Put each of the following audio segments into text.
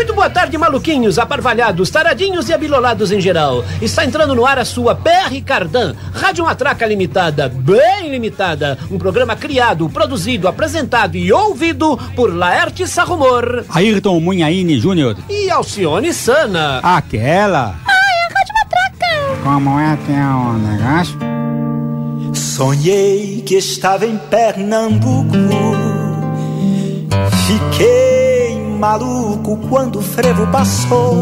Muito boa tarde, maluquinhos, aparvalhados, taradinhos e abilolados em geral. Está entrando no ar a sua PR Cardan, Rádio Matraca Limitada, bem limitada. Um programa criado, produzido, apresentado e ouvido por Laerte Sarrumor, Ayrton Munhaine Júnior e Alcione Sana. Aquela. Ai, a Rádio Matraca. Como é que é o negócio? Sonhei que estava em Pernambuco. Fiquei maluco quando o frevo passou.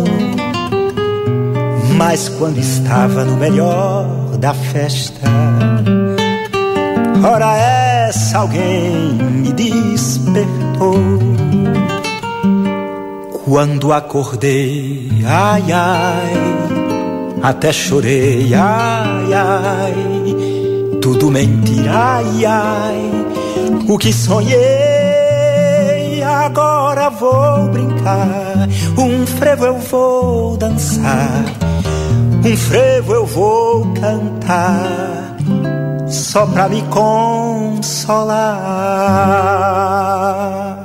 Mas quando estava no melhor da festa, ora essa alguém me despertou. Quando acordei, ai ai, até chorei, ai ai, tudo mentira, ai ai, o que sonhei, agora vou brincar. Um frevo eu vou dançar, um frevo eu vou cantar, só pra me consolar.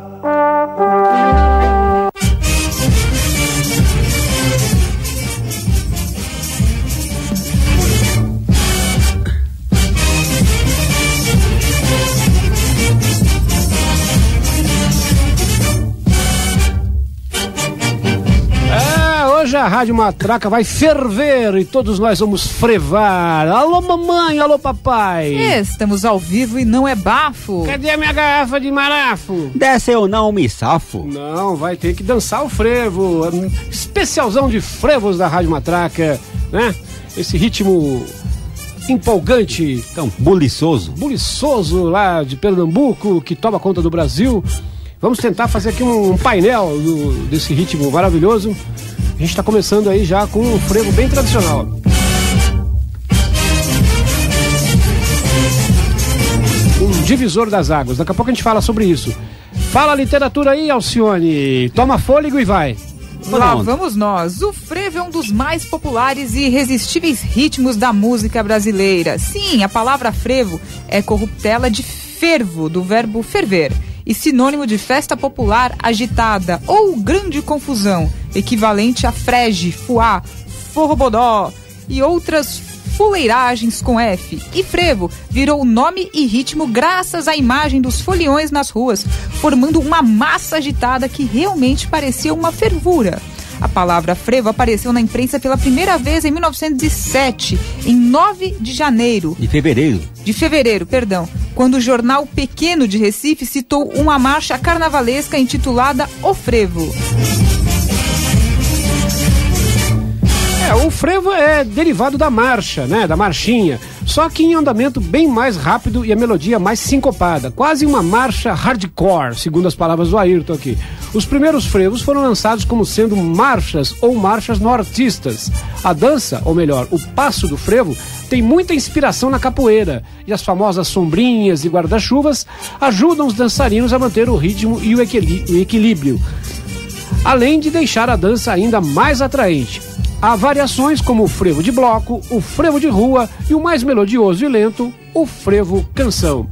Hoje a Rádio Matraca vai ferver e todos nós vamos frevar. Alô mamãe, alô papai. Estamos ao vivo e não é bafo. Cadê a minha garrafa de marafo? Dessa eu não me safo. Não, vai ter que dançar o frevo. Especialzão de frevos da Rádio Matraca, né? Esse ritmo empolgante, Tão buliçoso buliçoso lá de Pernambuco, que toma conta do Brasil. Vamos tentar fazer aqui um painel desse ritmo maravilhoso. A gente está começando aí já com um frevo bem tradicional. Um divisor das águas. Daqui a pouco a gente fala sobre isso. Fala a literatura aí, Alcione. Toma fôlego e vai. Lá vamos nós. O frevo é um dos mais populares e irresistíveis ritmos da música brasileira. Sim, a palavra frevo é corruptela de fervo, do verbo ferver, e sinônimo de festa popular agitada ou grande confusão, equivalente a frege, fuá, forrobodó e outras fuleiragens com F. E frevo virou nome e ritmo graças à imagem dos foliões nas ruas, formando uma massa agitada que realmente parecia uma fervura. A palavra frevo apareceu na imprensa pela primeira vez em 1907, em 9 de janeiro. De fevereiro, quando o jornal Pequeno de Recife citou uma marcha carnavalesca intitulada O Frevo. O frevo é derivado da marcha, né? Da marchinha. Só que em andamento bem mais rápido e a melodia mais sincopada. Quase uma marcha hardcore, segundo as palavras do Ayrton aqui. Os primeiros frevos foram lançados como sendo marchas ou marchas nortistas. A dança, ou melhor, o passo do frevo, tem muita inspiração na capoeira. E as famosas sombrinhas e guarda-chuvas ajudam os dançarinos a manter o ritmo e o equilíbrio. Além de deixar a dança ainda mais atraente. Há variações como o frevo de bloco, o frevo de rua e o mais melodioso e lento, o frevo canção.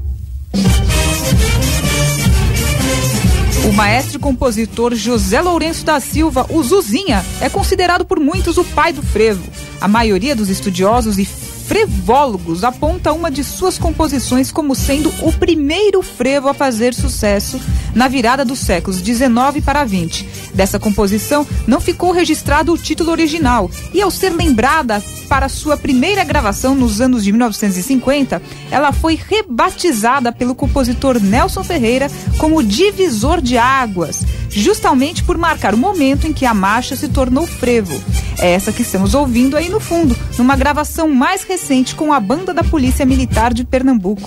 O maestro e compositor José Lourenço da Silva, o Zuzinha, é considerado por muitos o pai do frevo. A maioria dos estudiosos e frevólogos aponta uma de suas composições como sendo o primeiro frevo a fazer sucesso na virada dos séculos 19 para 20. Dessa composição não ficou registrado o título original e, ao ser lembrada para sua primeira gravação nos anos de 1950, ela foi rebatizada pelo compositor Nelson Ferreira como Divisor de Águas, justamente por marcar o momento em que a marcha se tornou frevo. É essa que estamos ouvindo aí no fundo, numa gravação mais recente com a Banda da Polícia Militar de Pernambuco.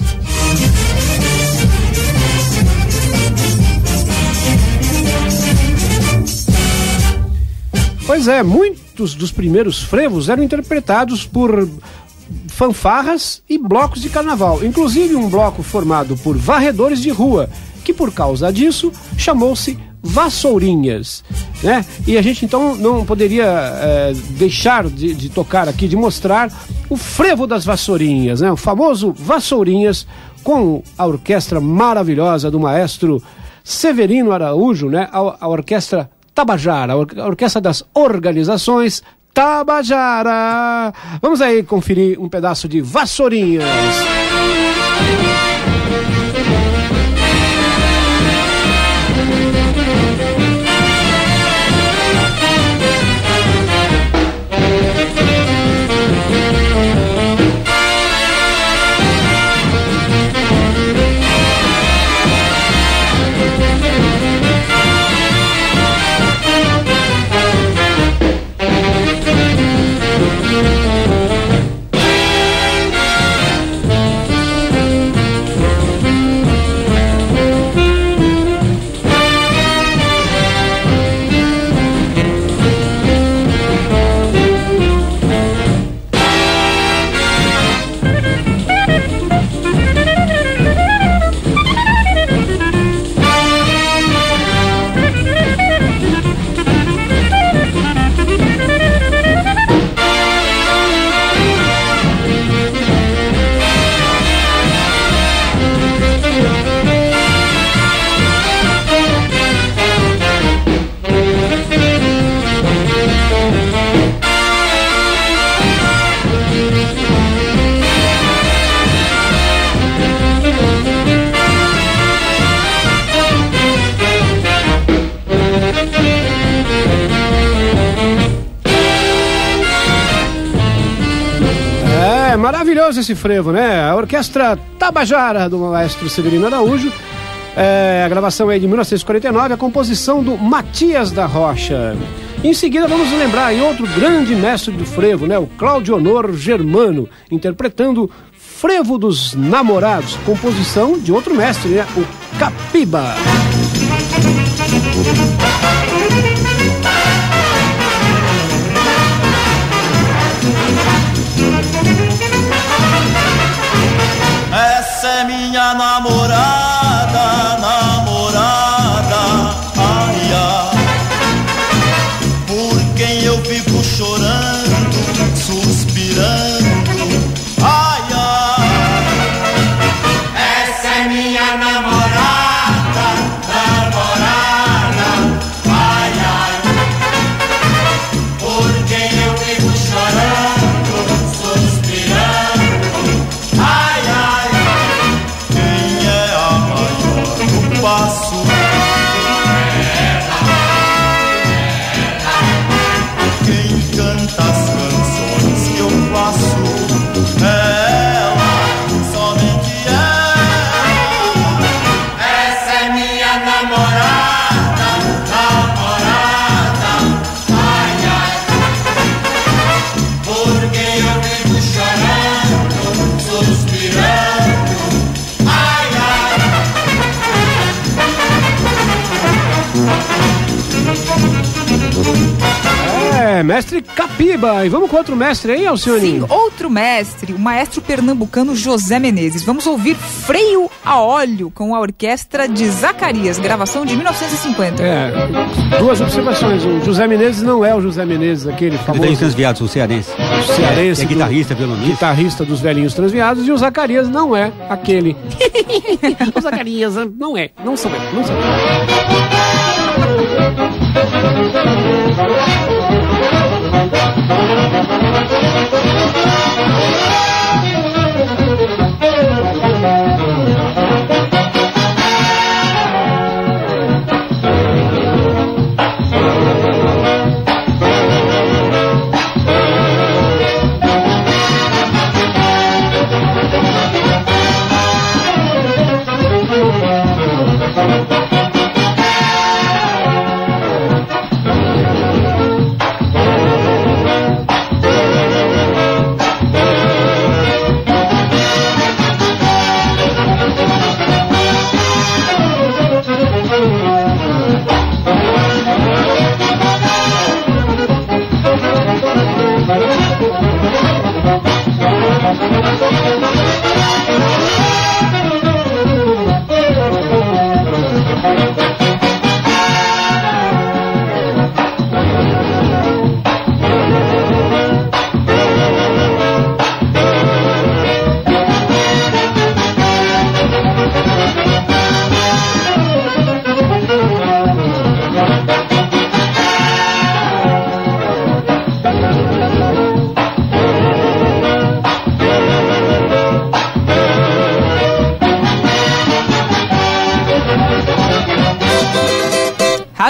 Pois é, muitos dos primeiros frevos eram interpretados por fanfarras e blocos de carnaval, inclusive um bloco formado por varredores de rua, que por causa disso chamou-se Vassourinhas, né? E a gente então não poderia deixar de tocar aqui, de mostrar o frevo das Vassourinhas, né? O famoso Vassourinhas, com a orquestra maravilhosa do maestro Severino Araújo, né? A orquestra Tabajara, a Orquestra das Organizações Tabajara. Vamos aí conferir um pedaço de Vassourinhas. Maravilhoso esse frevo, né? A Orquestra Tabajara do maestro Severino Araújo. A gravação é de 1949, a composição do Matias da Rocha. Em seguida vamos lembrar aí outro grande mestre do frevo, né? O Cláudio Honor Germano, interpretando Frevo dos Namorados, composição de outro mestre, né? O Capiba. Essa é minha namorada, namorada, ai, ai, por quem eu fico chorando, suspirando, ai, ai. Essa é minha namorada, namorada, ai, ai, por quem eu fico chorando, suspirando, ai, ai. Passo quem canta as canções que eu faço é ela, somente ela. Essa é minha namorada, namorada, ai, ai, por quem eu vivo chorando, suspirando, ai, ai. Mestre Capiba. E vamos com outro mestre aí, Alcione? Sim, outro mestre, o maestro pernambucano José Menezes. Vamos ouvir Freio a Óleo com a orquestra de Zacarias, gravação de 1950. Duas observações. O José Menezes não é o José Menezes, aquele famoso... Velhinhos Transviados, o cearense. O cearense. É guitarrista, violonista. Guitarrista dos Velhinhos Transviados. E o Zacarias não é aquele. O Zacarias não é. Não sou eu. Não sou eu.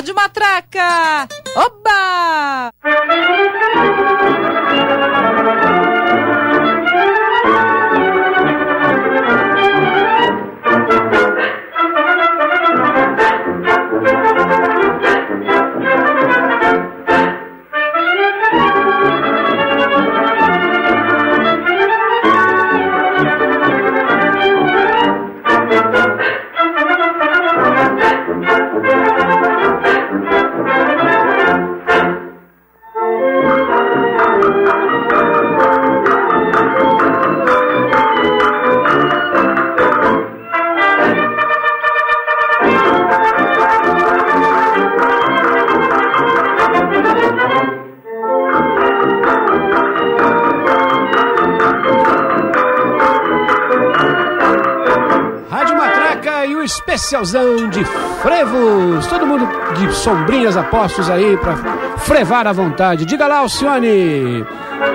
Rádio Matraca! Oba! Especialzão de frevos, todo mundo de sombrinhas apostos aí pra frevar à vontade. Diga lá, Alcione.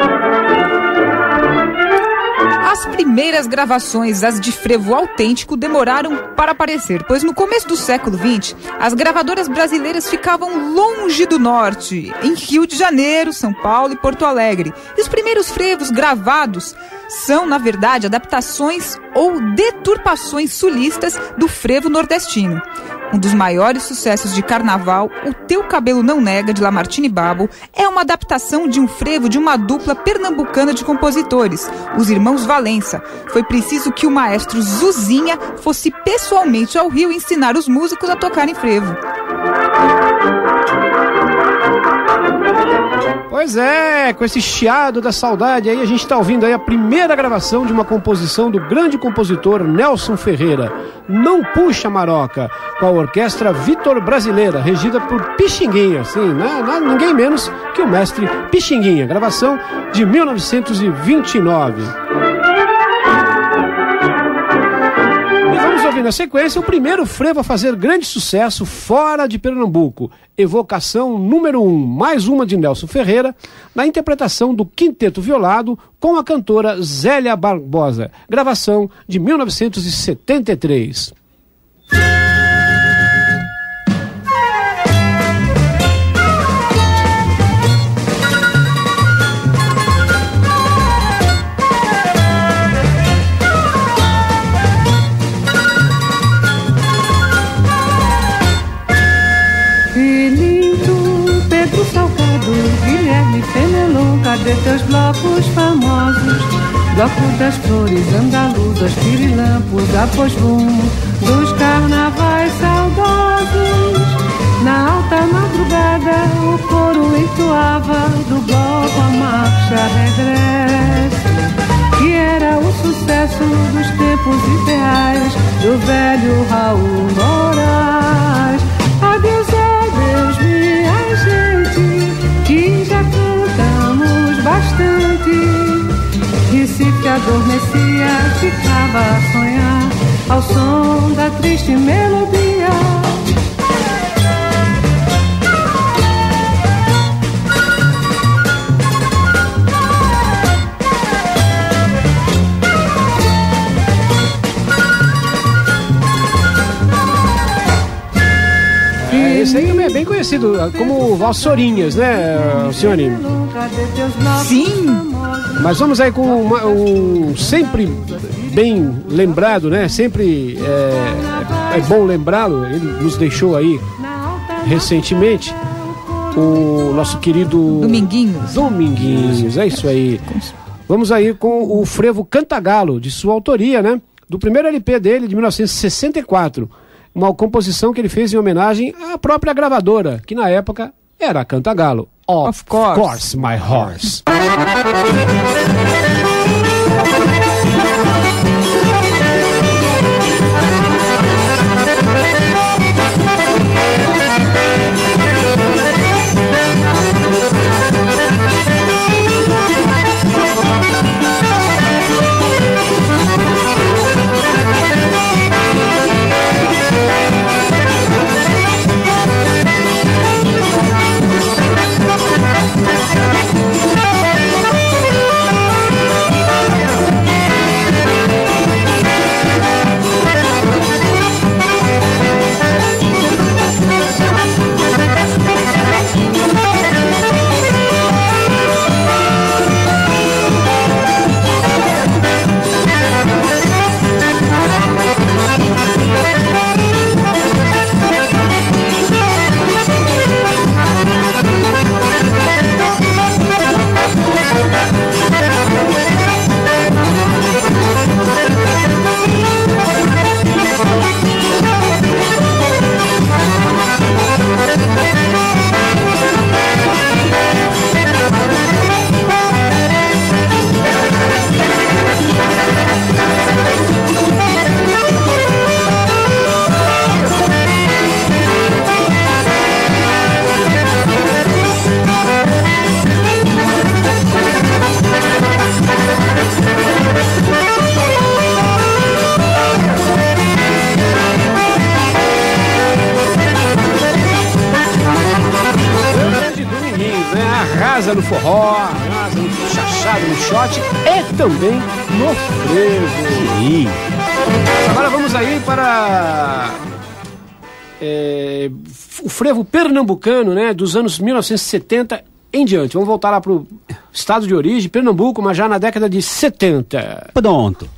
As primeiras gravações, as de frevo autêntico, demoraram para aparecer, pois no começo do século XX, as gravadoras brasileiras ficavam longe do norte, em Rio de Janeiro, São Paulo e Porto Alegre. E os primeiros frevos gravados são, na verdade, adaptações ou deturpações sulistas do frevo nordestino. Um dos maiores sucessos de carnaval, O Teu Cabelo Não Nega, de Lamartine Babo, é uma adaptação de um frevo de uma dupla pernambucana de compositores, os irmãos Valença. Foi preciso que o maestro Zuzinha fosse pessoalmente ao Rio ensinar os músicos a tocarem frevo. Pois é, com esse chiado da saudade aí, a gente está ouvindo aí a primeira gravação de uma composição do grande compositor Nelson Ferreira, Não Puxa Maroca, com a orquestra Vitor Brasileira, regida por Pixinguinha, sim, né? Ninguém menos que o mestre Pixinguinha, gravação de 1929. Na sequência, o primeiro frevo a fazer grande sucesso fora de Pernambuco, Evocação número 1, mais uma de Nelson Ferreira, na interpretação do Quinteto Violado com a cantora Zélia Barbosa, gravação de 1973. Cadê teus blocos famosos? Bloco das flores andaluzas, pirilampos, após rumo dos carnavais saudosos. Na alta madrugada o coro entoava do bloco a marcha regressa, que era o sucesso dos tempos ideais do velho Raul Moraes. Adeus, adeus, minha gente, que já cantamos bastante. Recife adormecia, ficava a sonhar ao som da triste melodia. Esse aí também é bem conhecido como Valsorinhas, né, Alcione? Sim! Mas vamos aí com um sempre bem lembrado, né? Sempre é bom lembrá-lo. Ele nos deixou aí recentemente, o nosso querido Dominguinhos, é isso aí. Vamos aí com o frevo Cantagalo, de sua autoria, né? Do primeiro LP dele, de 1964. Uma composição que ele fez em homenagem à própria gravadora, que na época era a Cantagalo. Of course, my horse. asa no forró, asa no chachado, no shot e também no frevo. Sim. Agora vamos aí para o frevo pernambucano, né, dos anos 1970 em diante. Vamos voltar lá para o estado de origem, Pernambuco, mas já na década de 70. Pronto.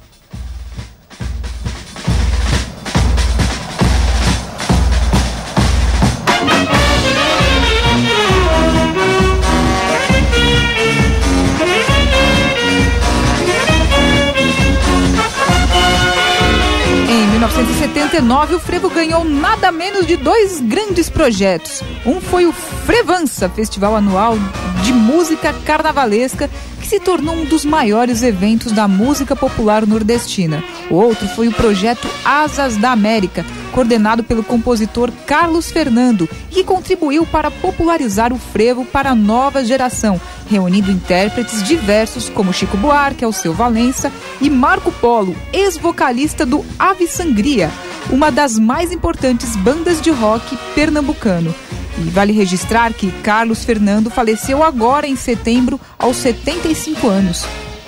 Em 1979, o frevo ganhou nada menos de 2 grandes projetos. Um foi o Frevança, festival anual de música carnavalesca, que se tornou um dos maiores eventos da música popular nordestina. O outro foi o projeto Asas da América, coordenado pelo compositor Carlos Fernando, e que contribuiu para popularizar o frevo para a nova geração, reunindo intérpretes diversos como Chico Buarque, Alceu Valença e Marco Polo, ex-vocalista do Ave Sangria, uma das mais importantes bandas de rock pernambucano. E vale registrar que Carlos Fernando faleceu agora em setembro, aos 75 anos.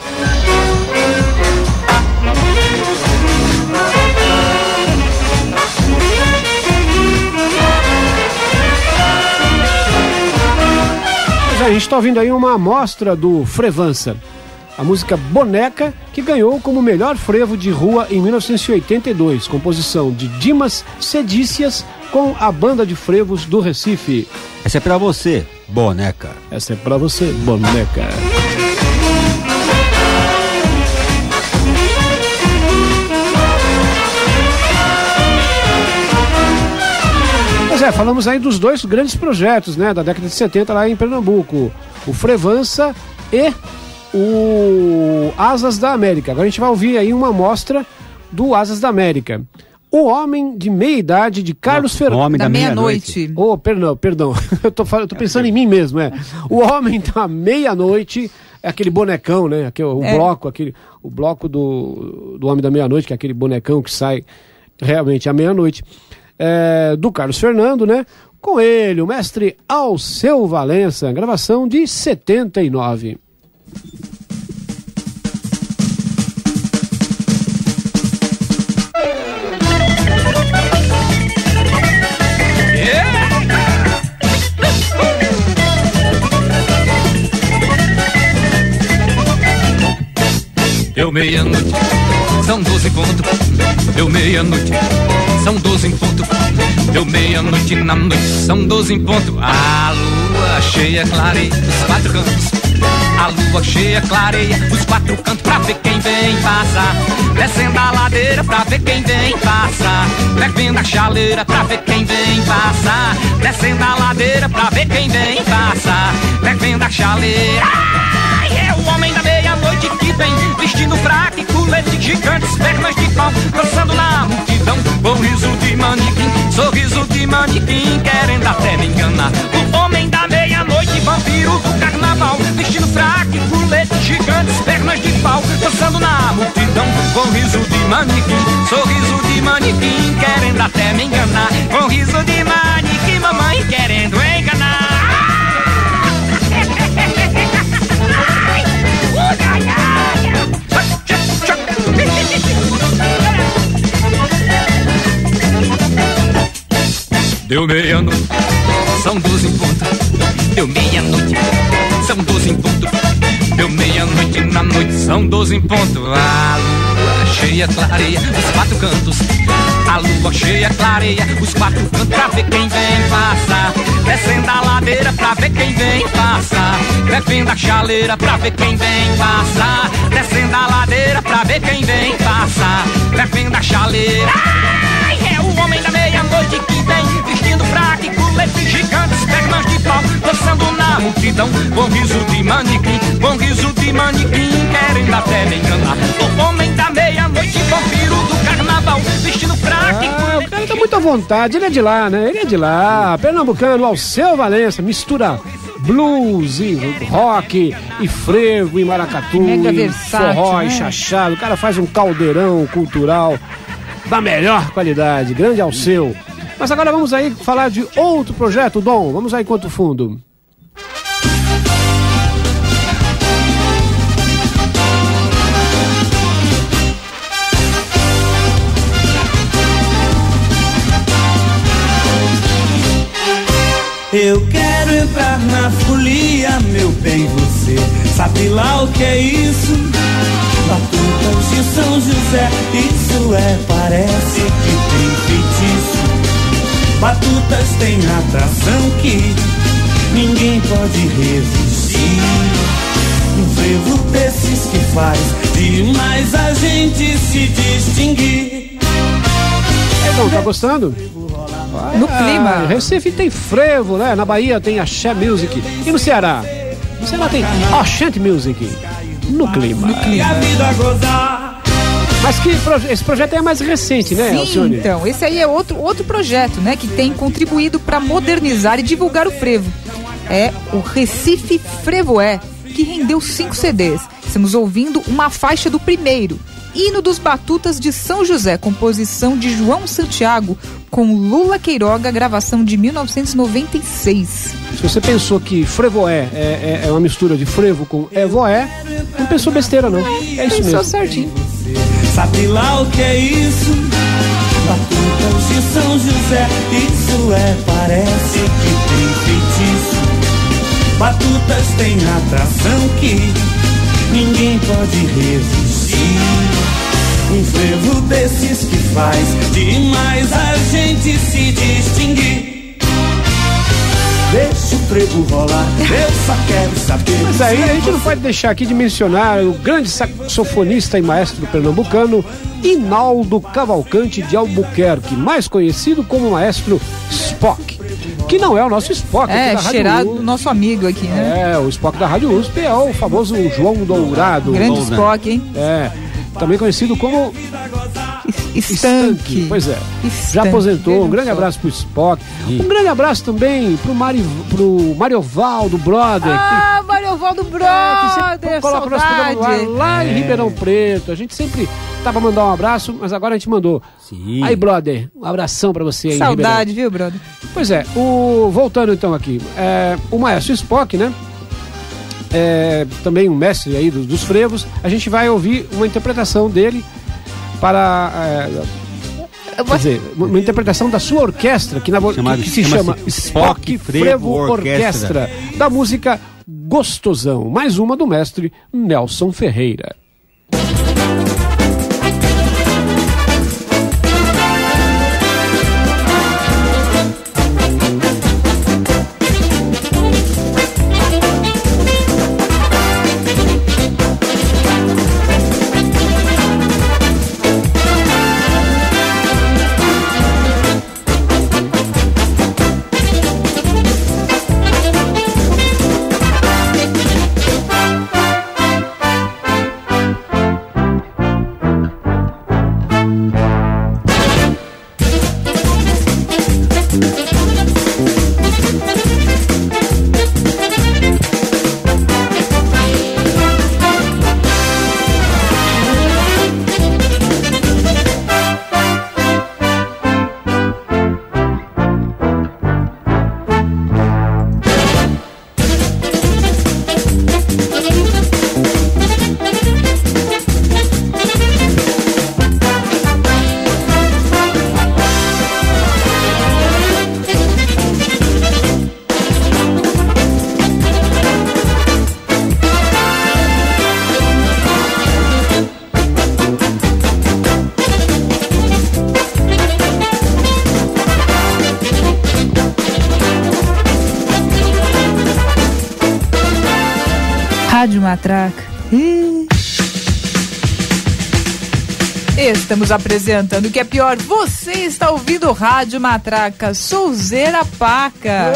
A gente está ouvindo aí uma amostra do Frevança, a música Boneca, que ganhou como melhor frevo de rua em 1982, composição de Dimas Cedícias com a banda de frevos do Recife. Essa é pra você, boneca. Essa é pra você, boneca. Pois é, falamos aí dos 2 grandes projetos, né, da década de 70 lá em Pernambuco, o Frevança e o Asas da América. Agora a gente vai ouvir aí uma amostra do Asas da América. O Homem de Meia Idade, de Carlos Fernando. O Homem Da da Meia-Noite. Oh, perdão. Eu tô pensando em mim mesmo, O Homem da Meia-Noite é aquele bonecão, né? O bloco do Homem da Meia-Noite, que é aquele bonecão que sai realmente à meia-noite. Do Carlos Fernando, né? Com ele, o mestre Alceu Valença, gravação de 79. Deu meia-noite, são 12 pontos. Deu meia-noite, são 12 em ponto. Deu meia-noite na noite, são 12 em ponto. A lua cheia clareia os 4 cantos. A lua cheia clareia os 4 cantos pra ver quem vem passar. Descendo a ladeira pra ver quem vem passar. Bebendo a chaleira pra ver quem vem passar. Descendo a ladeira pra ver quem vem passar. Bebendo a chaleira. Ai, é o homem da meia-noite que vem vestindo fraco e colete gigantes, pernas de pau, dançando na multidão, com riso de manequim, sorriso de manequim, querendo até me enganar. O homem da meia-noite, vampiro do carnaval, vestindo fraco e colete gigantes, pernas de pau, dançando na multidão, com riso de manequim, sorriso de manequim, querendo até me enganar. Com riso de manequim, mamãe querendo enganar. Deu meia-noite, são 12 em ponto. Deu meia-noite, são 12 em ponto. Deu meia-noite na noite, são 12 em ponto. A lua cheia clareia os 4 cantos. A lua cheia clareia os 4 cantos pra ver quem vem passar. Descendo a ladeira pra ver quem vem passar. Bebendo a chaleira pra ver quem vem passar. Descendo a ladeira pra ver quem vem passar. Bebendo a chaleira. Ai, é o homem da meia-noite que vem vestindo fraco e colete gigantes, pernas de pau, dançando na multidão, com riso de manequim, com riso de manequim, querendo até me enganar. O homem da meia-noite, vampiro do carnaval, vestindo fraco e colete. O cara tá muito à vontade, ele é de lá, né? Ele é de lá, pernambucano, Alceu Valença, mistura blues e rock e frevo e maracatu Mega e versátil, forró né? e chachado. O cara faz um caldeirão cultural da melhor qualidade, grande Alceu. Mas agora vamos aí falar de outro projeto, Dom. Vamos aí, Enquanto Fundo. Eu quero entrar na folia, meu bem, você sabe lá o que é isso? Batutas de São José, isso parece que tem feitiço. Batutas tem atração que ninguém pode resistir. Um frevo desses que faz demais a gente se distinguir. Então, tá gostando? No clima. Recife tem frevo, né? Na Bahia tem axé music. E no Ceará? No Ceará tem oxente music. No clima. E a vida gozar. Mas esse projeto é mais recente, né, Sim, Alcione? então, esse aí é outro projeto, né, que tem contribuído para modernizar e divulgar o frevo. É o Recife Frevoé, que rendeu 5 CDs. Estamos ouvindo uma faixa do primeiro, Hino dos Batutas de São José, composição de João Santiago, com Lula Queiroga, gravação de 1996. Se você pensou que frevoé é uma mistura de frevo com evoé, não pensou besteira, não. É isso Pensou mesmo. certinho. Sabe lá o que é isso? Batutas de São José, isso parece que tem feitiço. Batutas tem atração que ninguém pode resistir. Um frevo desses que faz demais a gente se distinguir. Deixa o frevo rolar, eu só quero saber. Mas aí a gente não pode deixar aqui de mencionar o grande saxofonista e maestro pernambucano Hinaldo Cavalcante de Albuquerque, mais conhecido como maestro Spock, que não é o nosso Spock aqui da Rádio cheirado USP. do nosso amigo aqui, né? O Spock da Rádio USP é o famoso João Dourado. Grande Spock, hein? Também conhecido como Estanque. Pois é. Estanque. Já aposentou. Um grande abraço pro Spock. Um grande abraço também pro Mariovaldo, brother. Mariovaldo que Brother, sempre coloca o nosso programa no ar lá em Ribeirão Preto. A gente sempre tava mandando um abraço, mas agora a gente mandou. Sim. Aí, brother, um abração pra você aí em Ribeirão. Saudade, viu, brother? Pois é, voltando então aqui, o maestro Spock, né? Também um mestre aí dos frevos. A gente vai ouvir uma interpretação dele para quer dizer, uma interpretação da sua orquestra que se chama Spock Frevo Orquestra, da música Gostosão, mais uma do mestre Nelson Ferreira. Rádio Matraca. Estamos apresentando o que é pior. Você está ouvindo Rádio Matraca, Souzeira Paca.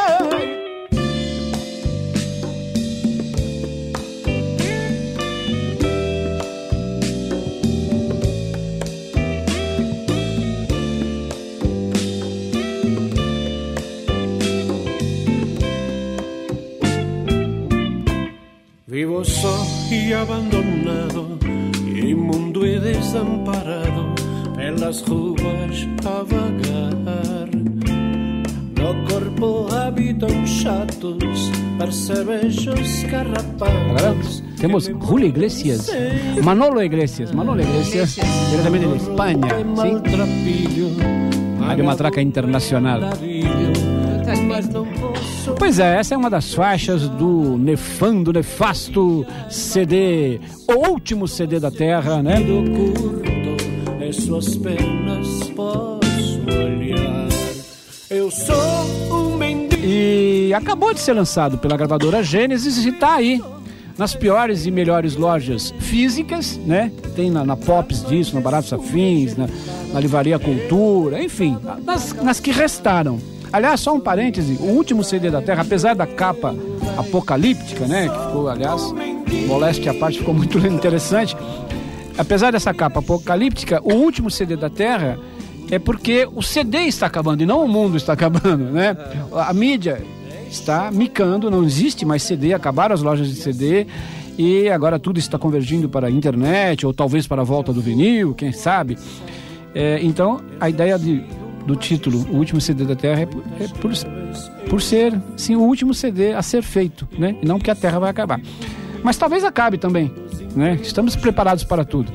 Vivo só e abandonado, imundo e desamparado, pelas ruas a vagar. No corpo habitam chatos, percebejos carrapatos. Agora temos Julio Iglesias, Manolo Iglesias, diretamente de Espanha, sim? Rádio Matraca Internacional. mas não posso. Pois é, essa é uma das faixas do nefando, nefasto CD, o último CD da Terra, né? Do curto, em suas pernas posso olhar. Eu sou um mendigo. E acabou de ser lançado pela gravadora Gênesis e tá aí nas piores e melhores lojas físicas, né? Tem na Pops disso, na Baratos Afins, na Livraria Cultura, enfim, nas que restaram. Aliás, só um parêntese, o último CD da Terra, apesar da capa apocalíptica, né? Que ficou, aliás, moléstia à parte, ficou muito interessante. Apesar dessa capa apocalíptica, o último CD da Terra é porque o CD está acabando e não o mundo está acabando, né? A mídia está micando, não existe mais CD, acabaram as lojas de CD e agora tudo está convergindo para a internet ou talvez para a volta do vinil, quem sabe. Então, a ideia do título, o último CD da Terra, é por ser, sim, o último CD a ser feito, né? E não que a Terra vai acabar. Mas talvez acabe também, né? Estamos preparados para tudo.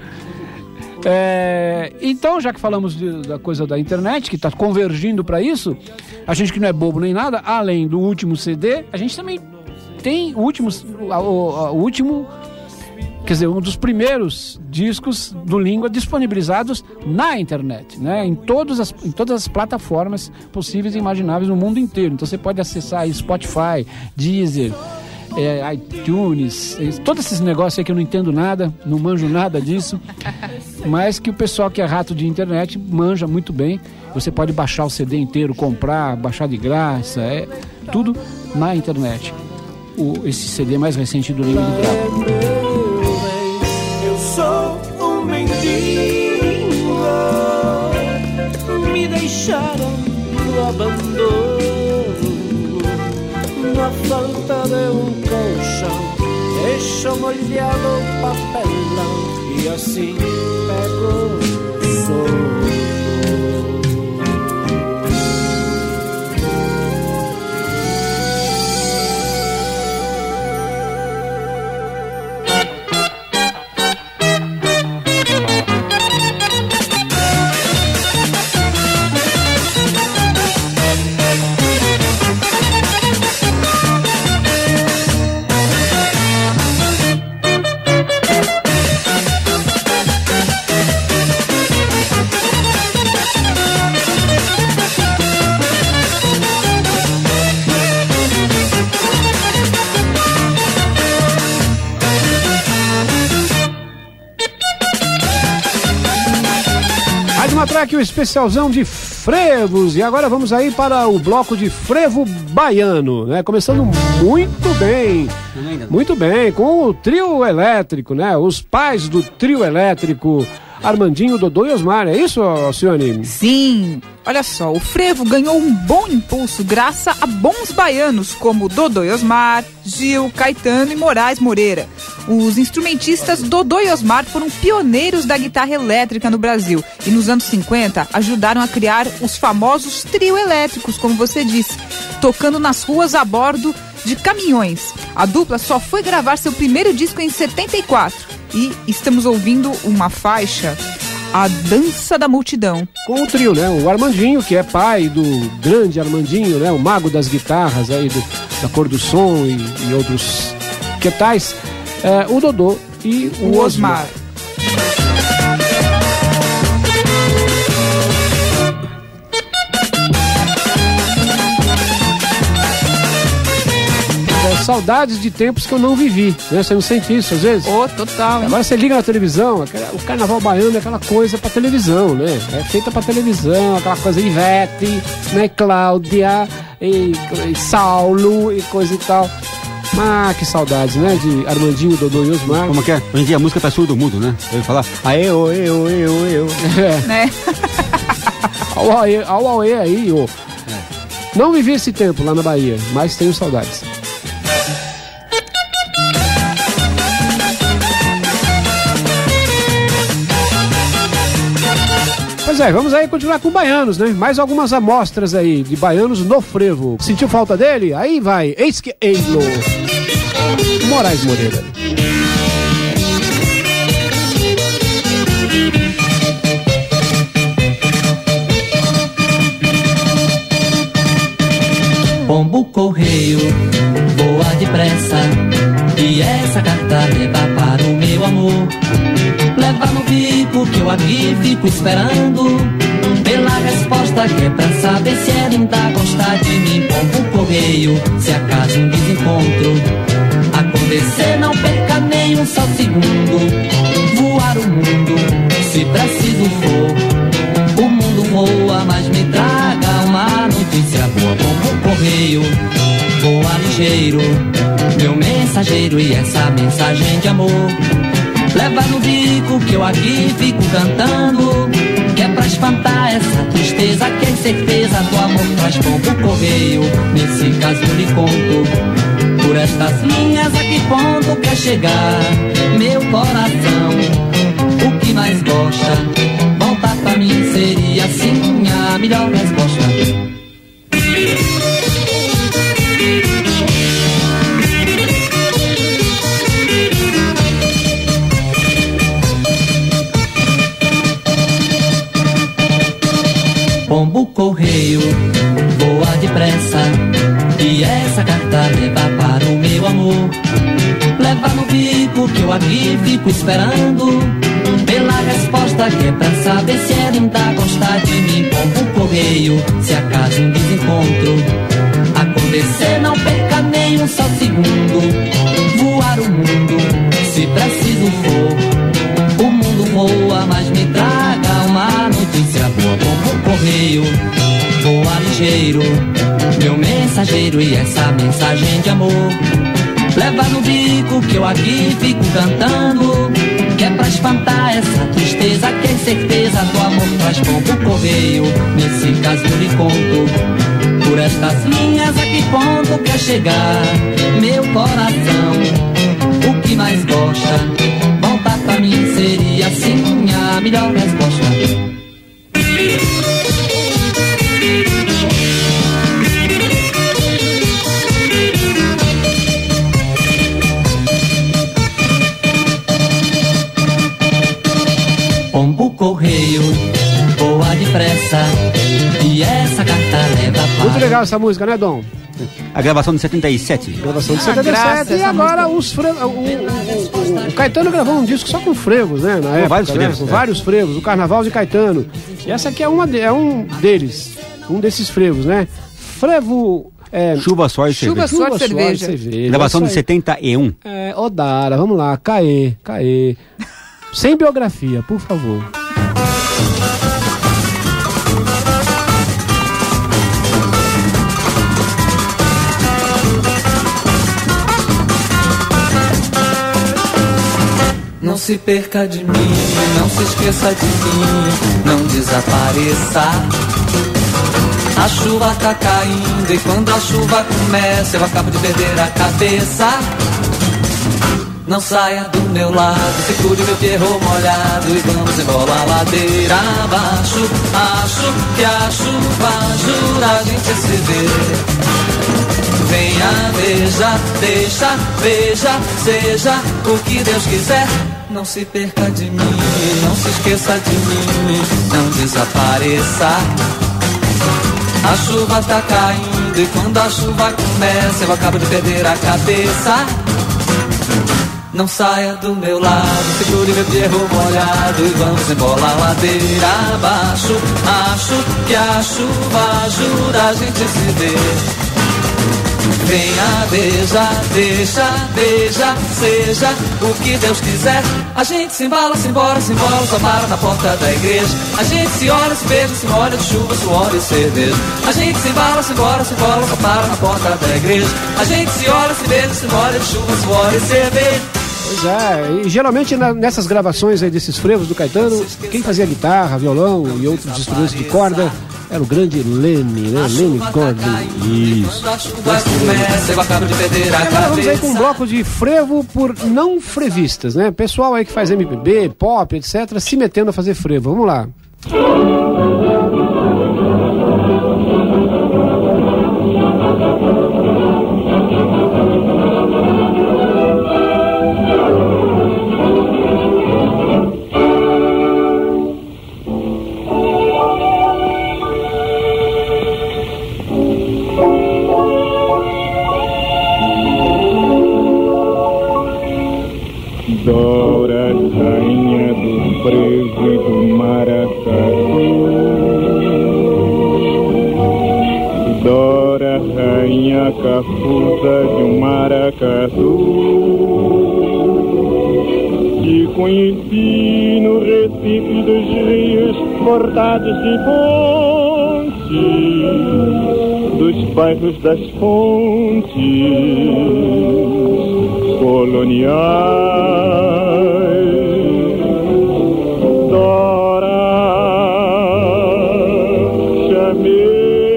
Então, já que falamos da coisa da internet, que está convergindo para isso, a gente que não é bobo nem nada, além do último CD, a gente também tem o último, quer dizer, um dos primeiros discos do Língua disponibilizados na internet, né? Em todas as plataformas possíveis e imagináveis no mundo inteiro. Então você pode acessar aí Spotify, Deezer, iTunes, todos esses negócios aí que eu não entendo nada, não manjo nada disso, mas que o pessoal que é rato de internet manja muito bem. Você pode baixar o CD inteiro, comprar, baixar de graça, tudo na internet. Esse CD mais recente do Língua Literal. Eu sou um mendigo, me deixaram no abandono, na falta de um colchão, deixo molhado o papelão e assim pego sono. Aqui o especialzão de frevos, e agora vamos aí para o bloco de frevo baiano, né? Começando muito bem, com o trio elétrico, né? Os pais do trio elétrico, Armandinho, Dodô e Osmar, é isso, Alcione? Sim, olha só, o frevo ganhou um bom impulso graças a bons baianos como Dodô e Osmar, Gil, Caetano e Moraes Moreira. Os instrumentistas Dodô e Osmar foram pioneiros da guitarra elétrica no Brasil e nos anos 50 ajudaram a criar os famosos trio elétricos, como você disse, tocando nas ruas a bordo de caminhões. A dupla só foi gravar seu primeiro disco em 74 e estamos ouvindo uma faixa, A Dança da Multidão. Com o trio, né? O Armandinho, que é pai do grande Armandinho, né? O mago das guitarras aí, da Cor do Som e outros que tais. O Dodô e o Osmar. Saudades de tempos que eu não vivi, né? Você não sente isso às vezes? Total. Hein? Agora você liga na televisão, o carnaval baiano é aquela coisa pra televisão, né? É feita pra televisão, aquela coisa Ivete, né? Cláudia, e Saulo e coisa e tal. Que saudades, né? De Armandinho, Dodô e Osmar. Como que é? Hoje em dia a música tá surdo do mundo, né? Eu ia falar, eu. Né? Ao auê aí, ô. Não vivi esse tempo lá na Bahia, mas tenho saudades. Pois é, vamos aí continuar com baianos, né? Mais algumas amostras aí de baianos no frevo. Sentiu falta dele? Aí vai, eis que Eilo, Moraes Moreira. Pombo correio, voa depressa, e essa carta leva para o meu amor. Leva no bico que eu aqui fico esperando pela resposta que é pra saber se ela ainda gosta de mim. Pombo correio, se acaso um desencontro acontecer, não perca nem um só segundo. Voar o mundo, se preciso for, o mundo voa, mas me traga uma notícia boa. Pombo correio, voa ligeiro, meu mensageiro, e essa mensagem de amor leva no bico que eu aqui fico cantando, que é pra espantar essa tristeza, que é certeza do amor traz. Pombo correio, nesse caso eu lhe conto, por estas linhas a que ponto quer chegar meu coração. O que mais gosta, voltar pra mim seria assim a melhor resposta. Pombo correio, voa depressa, e essa carta leva para o meu amor. Leva no bico que eu aqui fico esperando pela resposta que é pra saber se ela ainda gosta de mim. Pombo correio, se acaso um desencontro acontecer, não perca nem um só segundo. Voar o mundo, se preciso for, o mundo voa, mas me traga uma notícia boa. Pombo correio, voa ligeiro, meu mensageiro, e essa mensagem de amor leva no bico que eu aqui fico cantando, que é pra espantar essa tristeza, que é certeza do amor traz. Pombo correio, nesse caso eu lhe conto, por estas linhas a que ponto quer chegar meu coração. O que mais gosta, voltar pra mim seria assim a melhor resposta. Pombo correio, voa depressa, e essa carta leva para... Muito legal essa música, né, Dom? A gravação de 77. Gravação de 77. E agora os frevos. O Caetano gravou um disco só com frevos, né? Na época, vários frevos, com vários frevos. O Carnaval de Caetano. E essa aqui é um deles. Um desses frevos, né? Frevo. Chuva, sol e cerveja. Chuva, sol e cerveja. Gravação de 71. Odara, vamos lá. Caê. Sem biografia, por favor. Não se perca de mim, não se esqueça de mim, não desapareça. A chuva tá caindo e quando a chuva começa eu acabo de perder a cabeça. Não saia do meu lado, segure meu pierrot molhado e vamos embora a ladeira abaixo. Acho que a chuva ajuda a gente a se ver. Venha, veja, deixa, veja, seja o que Deus quiser. Não se perca de mim, não se esqueça de mim, não desapareça. A chuva tá caindo e quando a chuva começa eu acabo de perder a cabeça. Não saia do meu lado, segure meu pierrot molhado e vamos embora a ladeira abaixo. Acho que a chuva ajuda a gente a se ver. Venha, veja, deixa, veja, seja o que Deus quiser. A gente se embala, se embora, só para na porta da igreja. A gente se olha, se beija, se molha de chuva, suor e cerveja. A gente se embala, se embora, só para na porta da igreja. A gente se olha, se beija, se molha de chuva, suor e cerveja. Pois é, e geralmente nessas gravações aí desses frevos do Caetano, quem fazia guitarra, violão e outros instrumentos de corda era o grande Leme, né? Leme Gordon. Isso. Agora vamos aí com um bloco de frevo por não frevistas, né? Pessoal aí que faz MPB, pop, etc., se metendo a fazer frevo. Vamos lá. Dora, rainha do frevo e do maracatu. Dora, rainha cafusa de um maracatu. Te conheci no Recife dos rios cortados de pontes, dos bairros das fontes coloniais. Dora, chamei,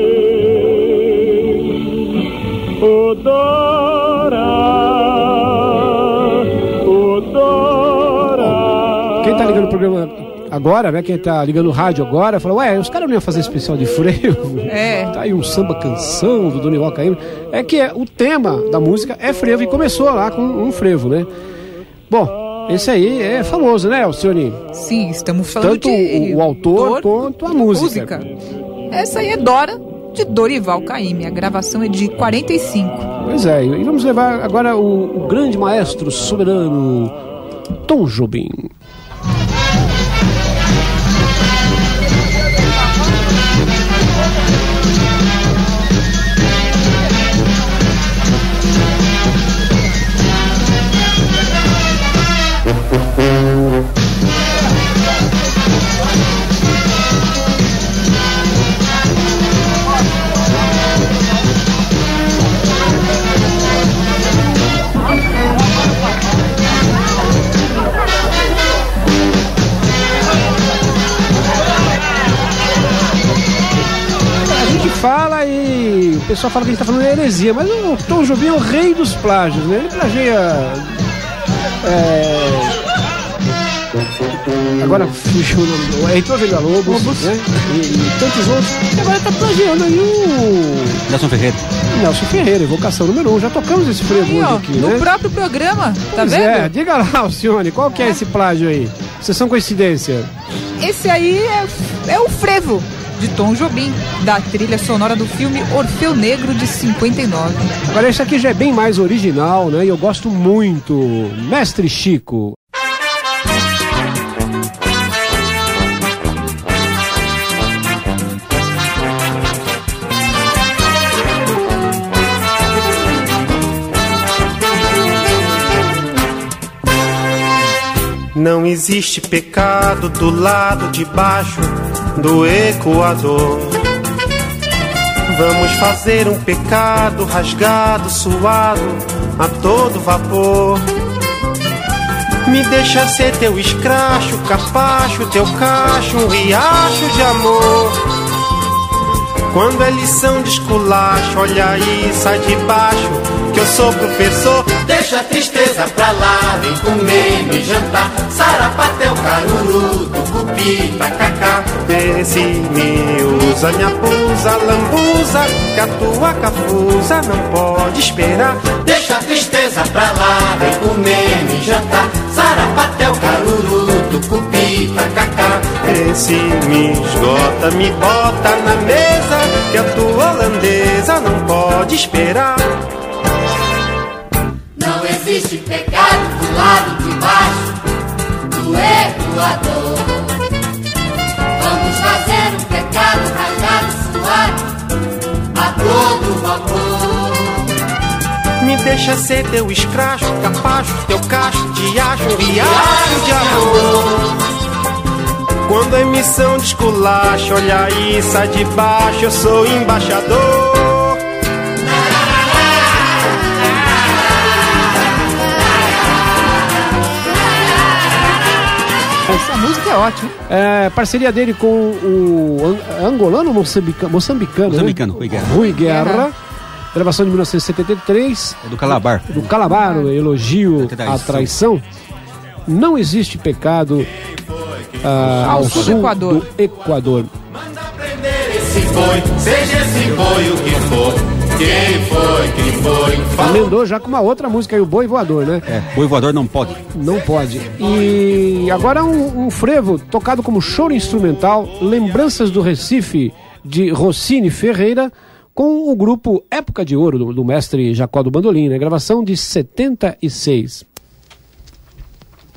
oh Dora, oh Dora. Quem tá ligando o programa agora, né? Quem tá ligando o rádio agora, falou, ué, os caras não iam fazer especial de frevo? É. Tá aí um samba canção do Donival Caymmi. É que o tema da música é frevo e começou lá com um frevo, né? Bom, esse aí é famoso, né, Alcione? Sim, estamos falando tanto de o autor quanto a música. Essa aí é Dora, de Dorival Caymmi. A gravação é de 45. Pois é, e vamos levar agora o grande maestro soberano Tom Jobim. Fala e o pessoal fala que a gente tá falando de heresia, mas o Tom Jobim é o rei dos plágios, né? Ele plagia. Agora fugiu o nome do Heitor Villa-Lobos, né? E tantos outros. E agora tá plagiando aí o Nelson Ferreira, Evocação número 1. Já tocamos esse frevo hoje aqui, no né? No próprio programa, tá pois vendo? Diga lá, Alcione, qual que é esse plágio aí? Vocês são coincidência? Esse aí é o frevo de Tom Jobim, da trilha sonora do filme Orfeu Negro, de 59. Agora esse aqui já é bem mais original, né? E eu gosto muito. Mestre Chico. Não existe pecado do lado de baixo do Equador. Vamos fazer um pecado rasgado, suado, a todo vapor. Me deixa ser teu escracho, capacho, teu cacho, um riacho de amor. Quando é lição de esculacho, olha aí, sai de baixo, que eu sou professor. Deixa a tristeza pra lá, vem comer, me jantar. Sarapatel, caruru, tucupi, tacacá. Vê se me usa, me abusa, lambuza, que a tua cafusa não pode esperar. Deixa a tristeza pra lá, vem comer, me jantar. Sarapatel, caruru, tucupi, tacacá. Vê se me esgota, me bota na mesa, que a tua holandesa não pode esperar. Não existe pecado do lado de baixo do Equador. Vamos fazer um pecado rasgado, suado, a todo vapor. Me deixa ser teu escracho, capacho, teu cacho, diacho, riacho de amor. Quando a emissão de esculacho, olha aí, sai de baixo, eu sou embaixador. Essa música é ótima. É, parceria dele com o angolano moçambicano, né? Rui Guerra. Gravação de 1973. É do Calabar. Do Calabar, o elogio à traição. Não existe pecado ao sul do Equador. Manda prender esse boi, seja esse boi o que for. Quem foi? Emendou já com uma outra música aí, o Boi Voador, né? É, Boi Voador não pode. Não pode. E agora um frevo tocado como choro instrumental, Lembranças do Recife, de Rossini Ferreira, com o grupo Época de Ouro, do mestre Jacó do Bandolim, né? Gravação de 76.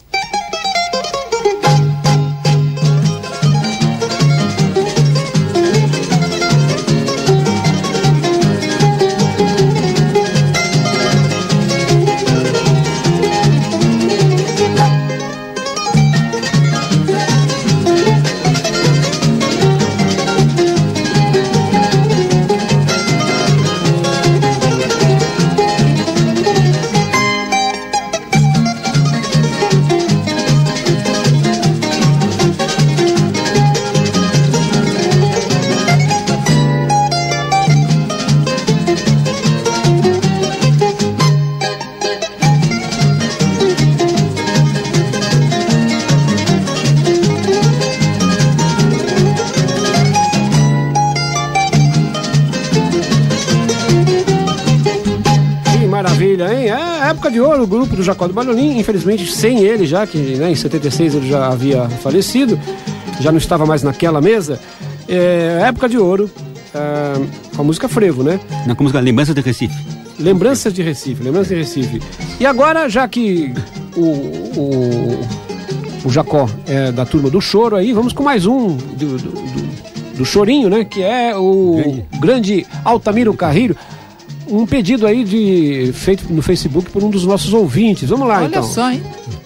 maravilha, hein? É época de ouro, o grupo do Jacó do Bandolim, infelizmente sem ele já, que em 76 ele já havia falecido, já não estava mais naquela mesa. Época de ouro, com a música Frevo, né? Na música Lembranças de Recife. Lembranças de Recife. E agora, já que o Jacó é da turma do choro aí, vamos com mais um do chorinho, né? Que é o grande Altamiro Carrilho. Um pedido aí feito no Facebook por um dos nossos ouvintes. Vamos lá, então. Olha só, hein?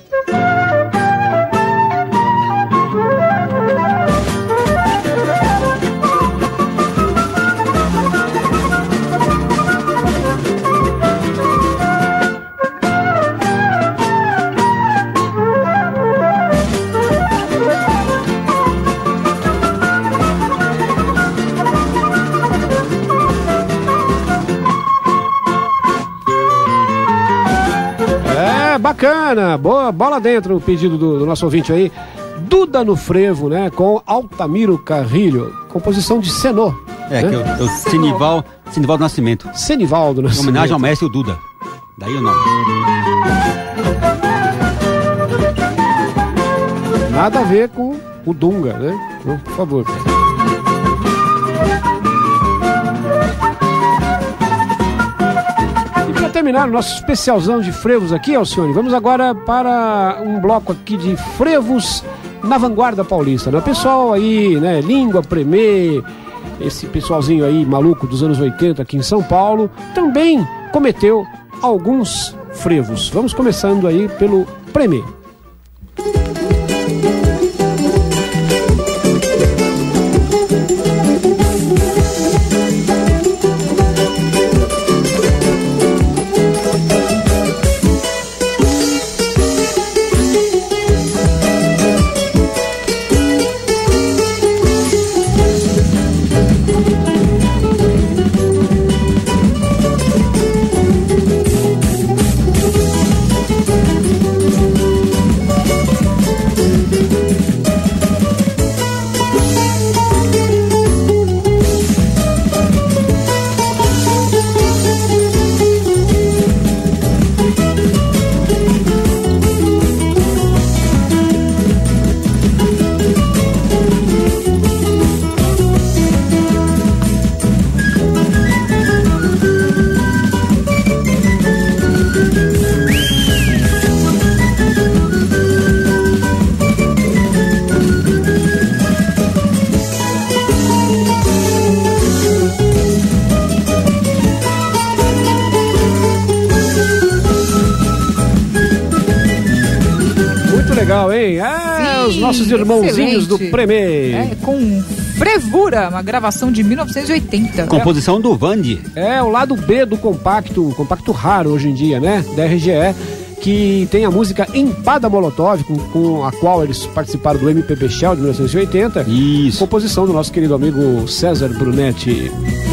Bacana, boa, bola dentro o pedido do nosso ouvinte aí. Duda no Frevo, né? Com Altamiro Carrilho, composição de Senô. Né? Que é o Senival do Nascimento. Senival do Nascimento. Em homenagem ao mestre Duda. Daí o nome. Nada a ver com o Dunga, né? Então, por favor. Terminar o nosso especialzão de frevos aqui, Alcione, vamos agora para um bloco aqui de frevos na vanguarda paulista, né? O pessoal aí, né, Língua, Premê, esse pessoalzinho aí maluco dos anos 80 aqui em São Paulo, também cometeu alguns frevos. Vamos começando aí pelo Premê. Legal, hein? Sim, os nossos irmãozinhos excelente. Do Premê. Com Frevura, uma gravação de 1980. Composição do Vandi. O lado B do compacto raro hoje em dia, né? Da RGE, que tem a música Empada Molotov, com a qual eles participaram do MPB Shell de 1980. Isso. Composição do nosso querido amigo César Brunetti.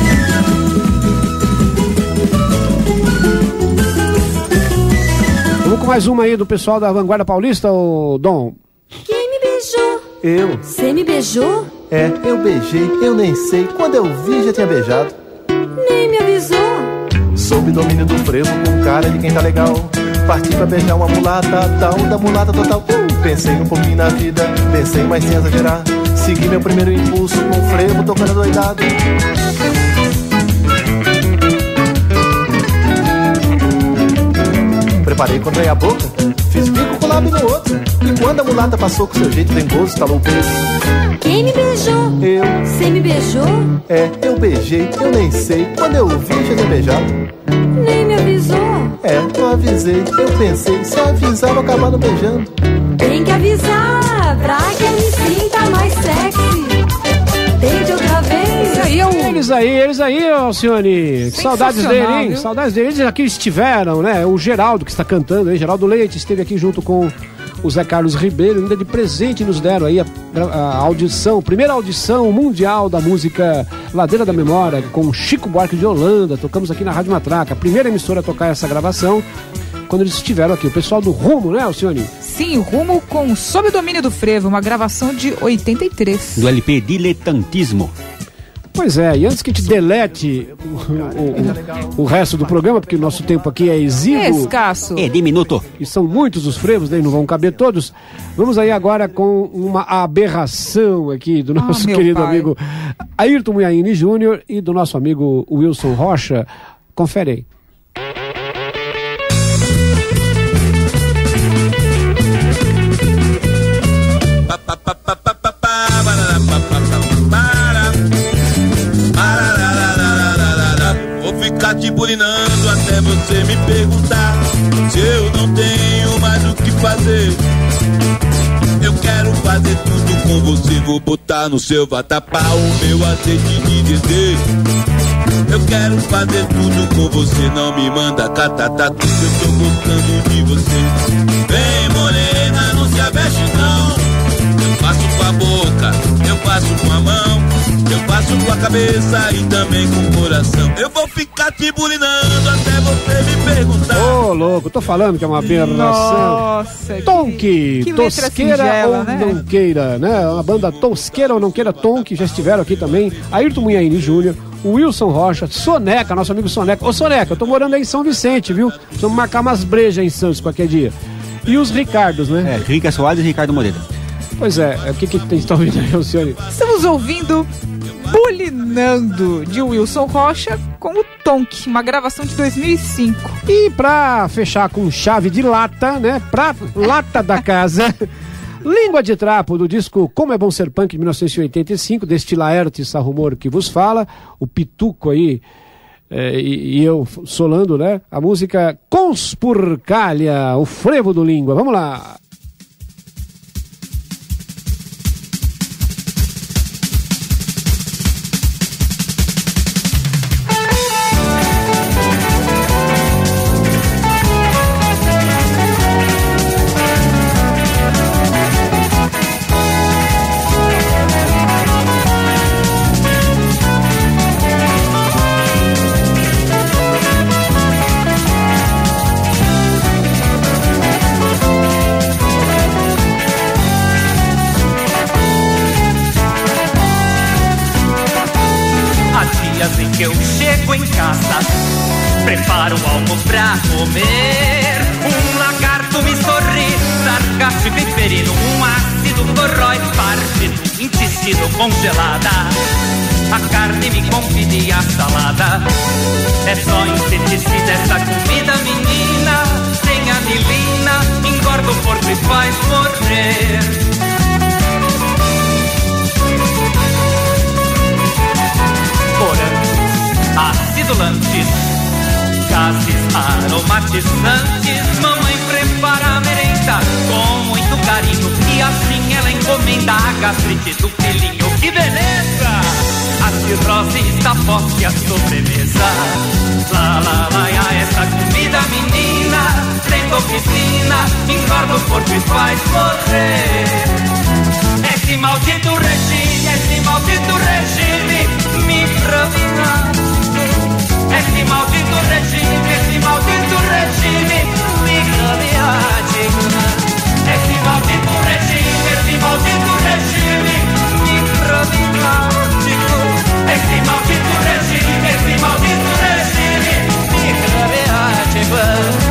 Vamos com mais uma aí do pessoal da Vanguarda Paulista, ô Dom. Quem me beijou? Eu. Você me beijou? Eu beijei, eu nem sei. Quando eu vi, já tinha beijado. Nem me avisou. Sob domínio do frevo, com cara de quem tá legal. Parti pra beijar uma mulata, tal da mulata total. Pensei um pouquinho na vida, pensei mais sem exagerar. Segui meu primeiro impulso, com o frevo tocando doidado. Preparei quando veio a boca, fiz bico com o lábio no outro. E quando a mulata passou com seu jeito dengoso, talou o peso. Quem me beijou? Eu. Você me beijou? Eu beijei, eu nem sei. Quando eu vi, já tinha beijado. Nem me avisou. Eu avisei, eu pensei, se eu avisar, eu vou acabar não beijando. Tem que avisar, pra que eu me sinta mais sexy. Tente outra vez. Eles aí, Alcione. Saudades dele, hein? Viu? Saudades dele. Eles aqui estiveram, né? O Geraldo, que está cantando aí, Geraldo Leite, esteve aqui junto com o Zé Carlos Ribeiro. Ainda de presente nos deram aí a audição, primeira audição mundial da música Ladeira da Memória, com Chico Buarque de Holanda. Tocamos aqui na Rádio Matraca, a primeira emissora a tocar essa gravação, quando eles estiveram aqui. O pessoal do Rumo, né, Alcione? Sim, o Rumo com Sob o Domínio do Frevo, uma gravação de 83. Do LP Diletantismo. Pois é, e antes que te delete o resto do programa, porque o nosso tempo aqui é exíguo. Escasso. É diminuto. E são muitos os frevos, daí não vão caber todos. Vamos aí agora com uma aberração aqui do nosso querido amigo Ayrton Munhaine Júnior e do nosso amigo Wilson Rocha. Confere aí. Vou ficar te bulinando até você me perguntar se eu não tenho mais o que fazer. Eu quero fazer tudo com você, vou botar no seu vatapá o meu azeite de dendê. Eu quero fazer tudo com você, não me manda catatatu, eu tô gostando de você. Vem morena, não se aveste não. Eu faço com a boca, eu faço com a mão, eu faço com a cabeça e também com o coração. Eu vou ficar te bulinando até você me perguntar. Ô, louco, tô falando que é uma aberração. Nossa, Tonk, tosqueira singela, ou né? não queira, né? Uma banda tosqueira ou não queira, Tonk, já estiveram aqui também. Ayrton Munhaine Júnior, o Wilson Rocha, Soneca, nosso amigo Soneca. Ô, Soneca, eu tô morando aí em São Vicente, viu? Precisamos marcar umas brejas em Santos qualquer dia. E os Ricardos, né? É, Rica Soares e Ricardo Moreira. Pois é, o que tem que estar ouvindo aí, Alcione? Estamos ouvindo Bulinando, de Wilson Rocha, com o Tonk, uma gravação de 2005. E pra fechar com chave de lata, né? Pra lata da casa, Língua de Trapo, do disco Como é Bom Ser Punk, de 1985, deste Laerte Sarrumor que vos fala, o Pituco aí, e eu solando, né? A música Conspurcalha, o frevo do Língua. Vamos lá! Assim que eu chego em casa, preparo o almoço pra comer. Um lagarto me sorri, sarcástico e ferino. Um ácido corrói parte do intestino congelada. A carne me convide a salada. É só inseticida essa comida, menina. Sem anilina, engorda o porco e faz morrer. Acidulantes, gases aromatizantes. Mamãe prepara a merenda com muito carinho e assim ela encomenda a gastrite do filhinho. Que beleza! A cirrose está posta e a sobremesa. Lá, lá, lá, essa comida, menina, tem toxina, engorda o corpo e faz morrer. Esse maldito regime me ramina. Esse maldito regime me rabiática. Esse maldito regime me rabiático. Esse maldito regime me rabiático.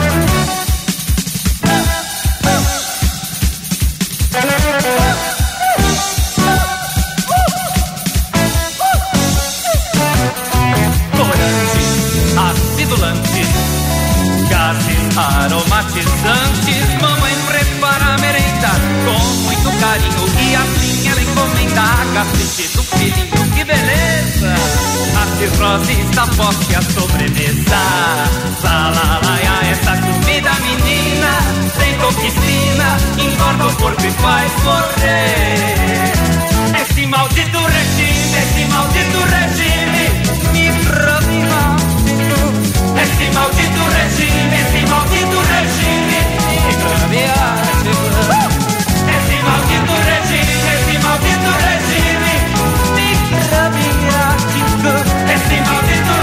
Gases aromatizantes. Mamãe prepara a merenda com muito carinho e assim ela encomenda a gastrite do filhinho. Que beleza! A cirrose está posta e a sobremesa. Lá, lá, lá, essa comida, menina, tem toxina, engorda o corpo e faz morrer. Esse maldito regime me ravina. Esse maldito regime me rabiático. Esse maldito regime me rabiático. Esse maldito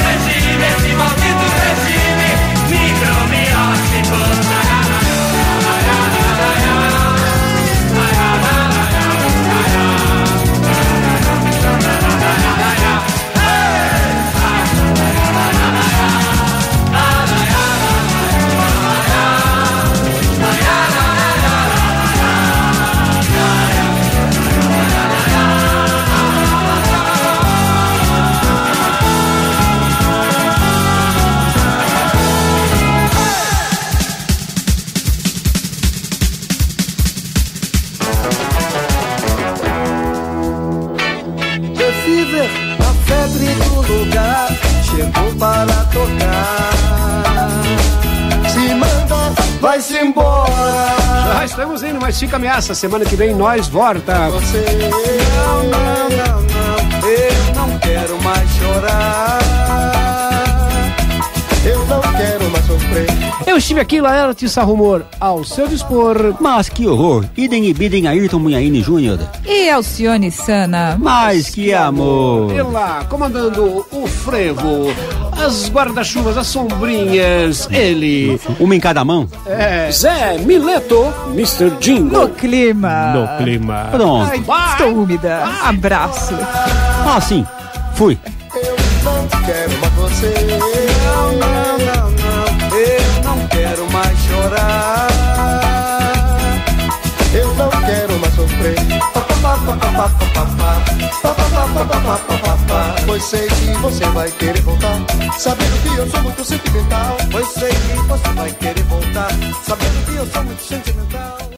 regime me rabiático. tocar. Se manda, vai-se embora. Já estamos indo, mas fica ameaça. Semana que vem nós volta. Você, não, eu não quero mais chorar. Eu não quero mais sofrer. Eu estive aqui, Laertes Rumor, ao seu dispor. Mas que horror! Idem e bidem Ayrton Munhaine Júnior. E Alcione Sana. Mas que amor! E lá, comandando o frevo, as guarda-chuvas, as sombrinhas, ele. Uma em cada mão? É. Zé Mileto, Mr. Jingle. No clima. No clima. Pronto. Ai, estou úmida. Abraço. Ah, sim. Fui. Eu não quero mais você. Não. Eu não quero mais chorar. Eu não quero mais sofrer. Pois sei que você vai querer voltar, sabendo que eu sou muito sentimental. Pois sei que você vai querer voltar, sabendo que eu sou muito sentimental.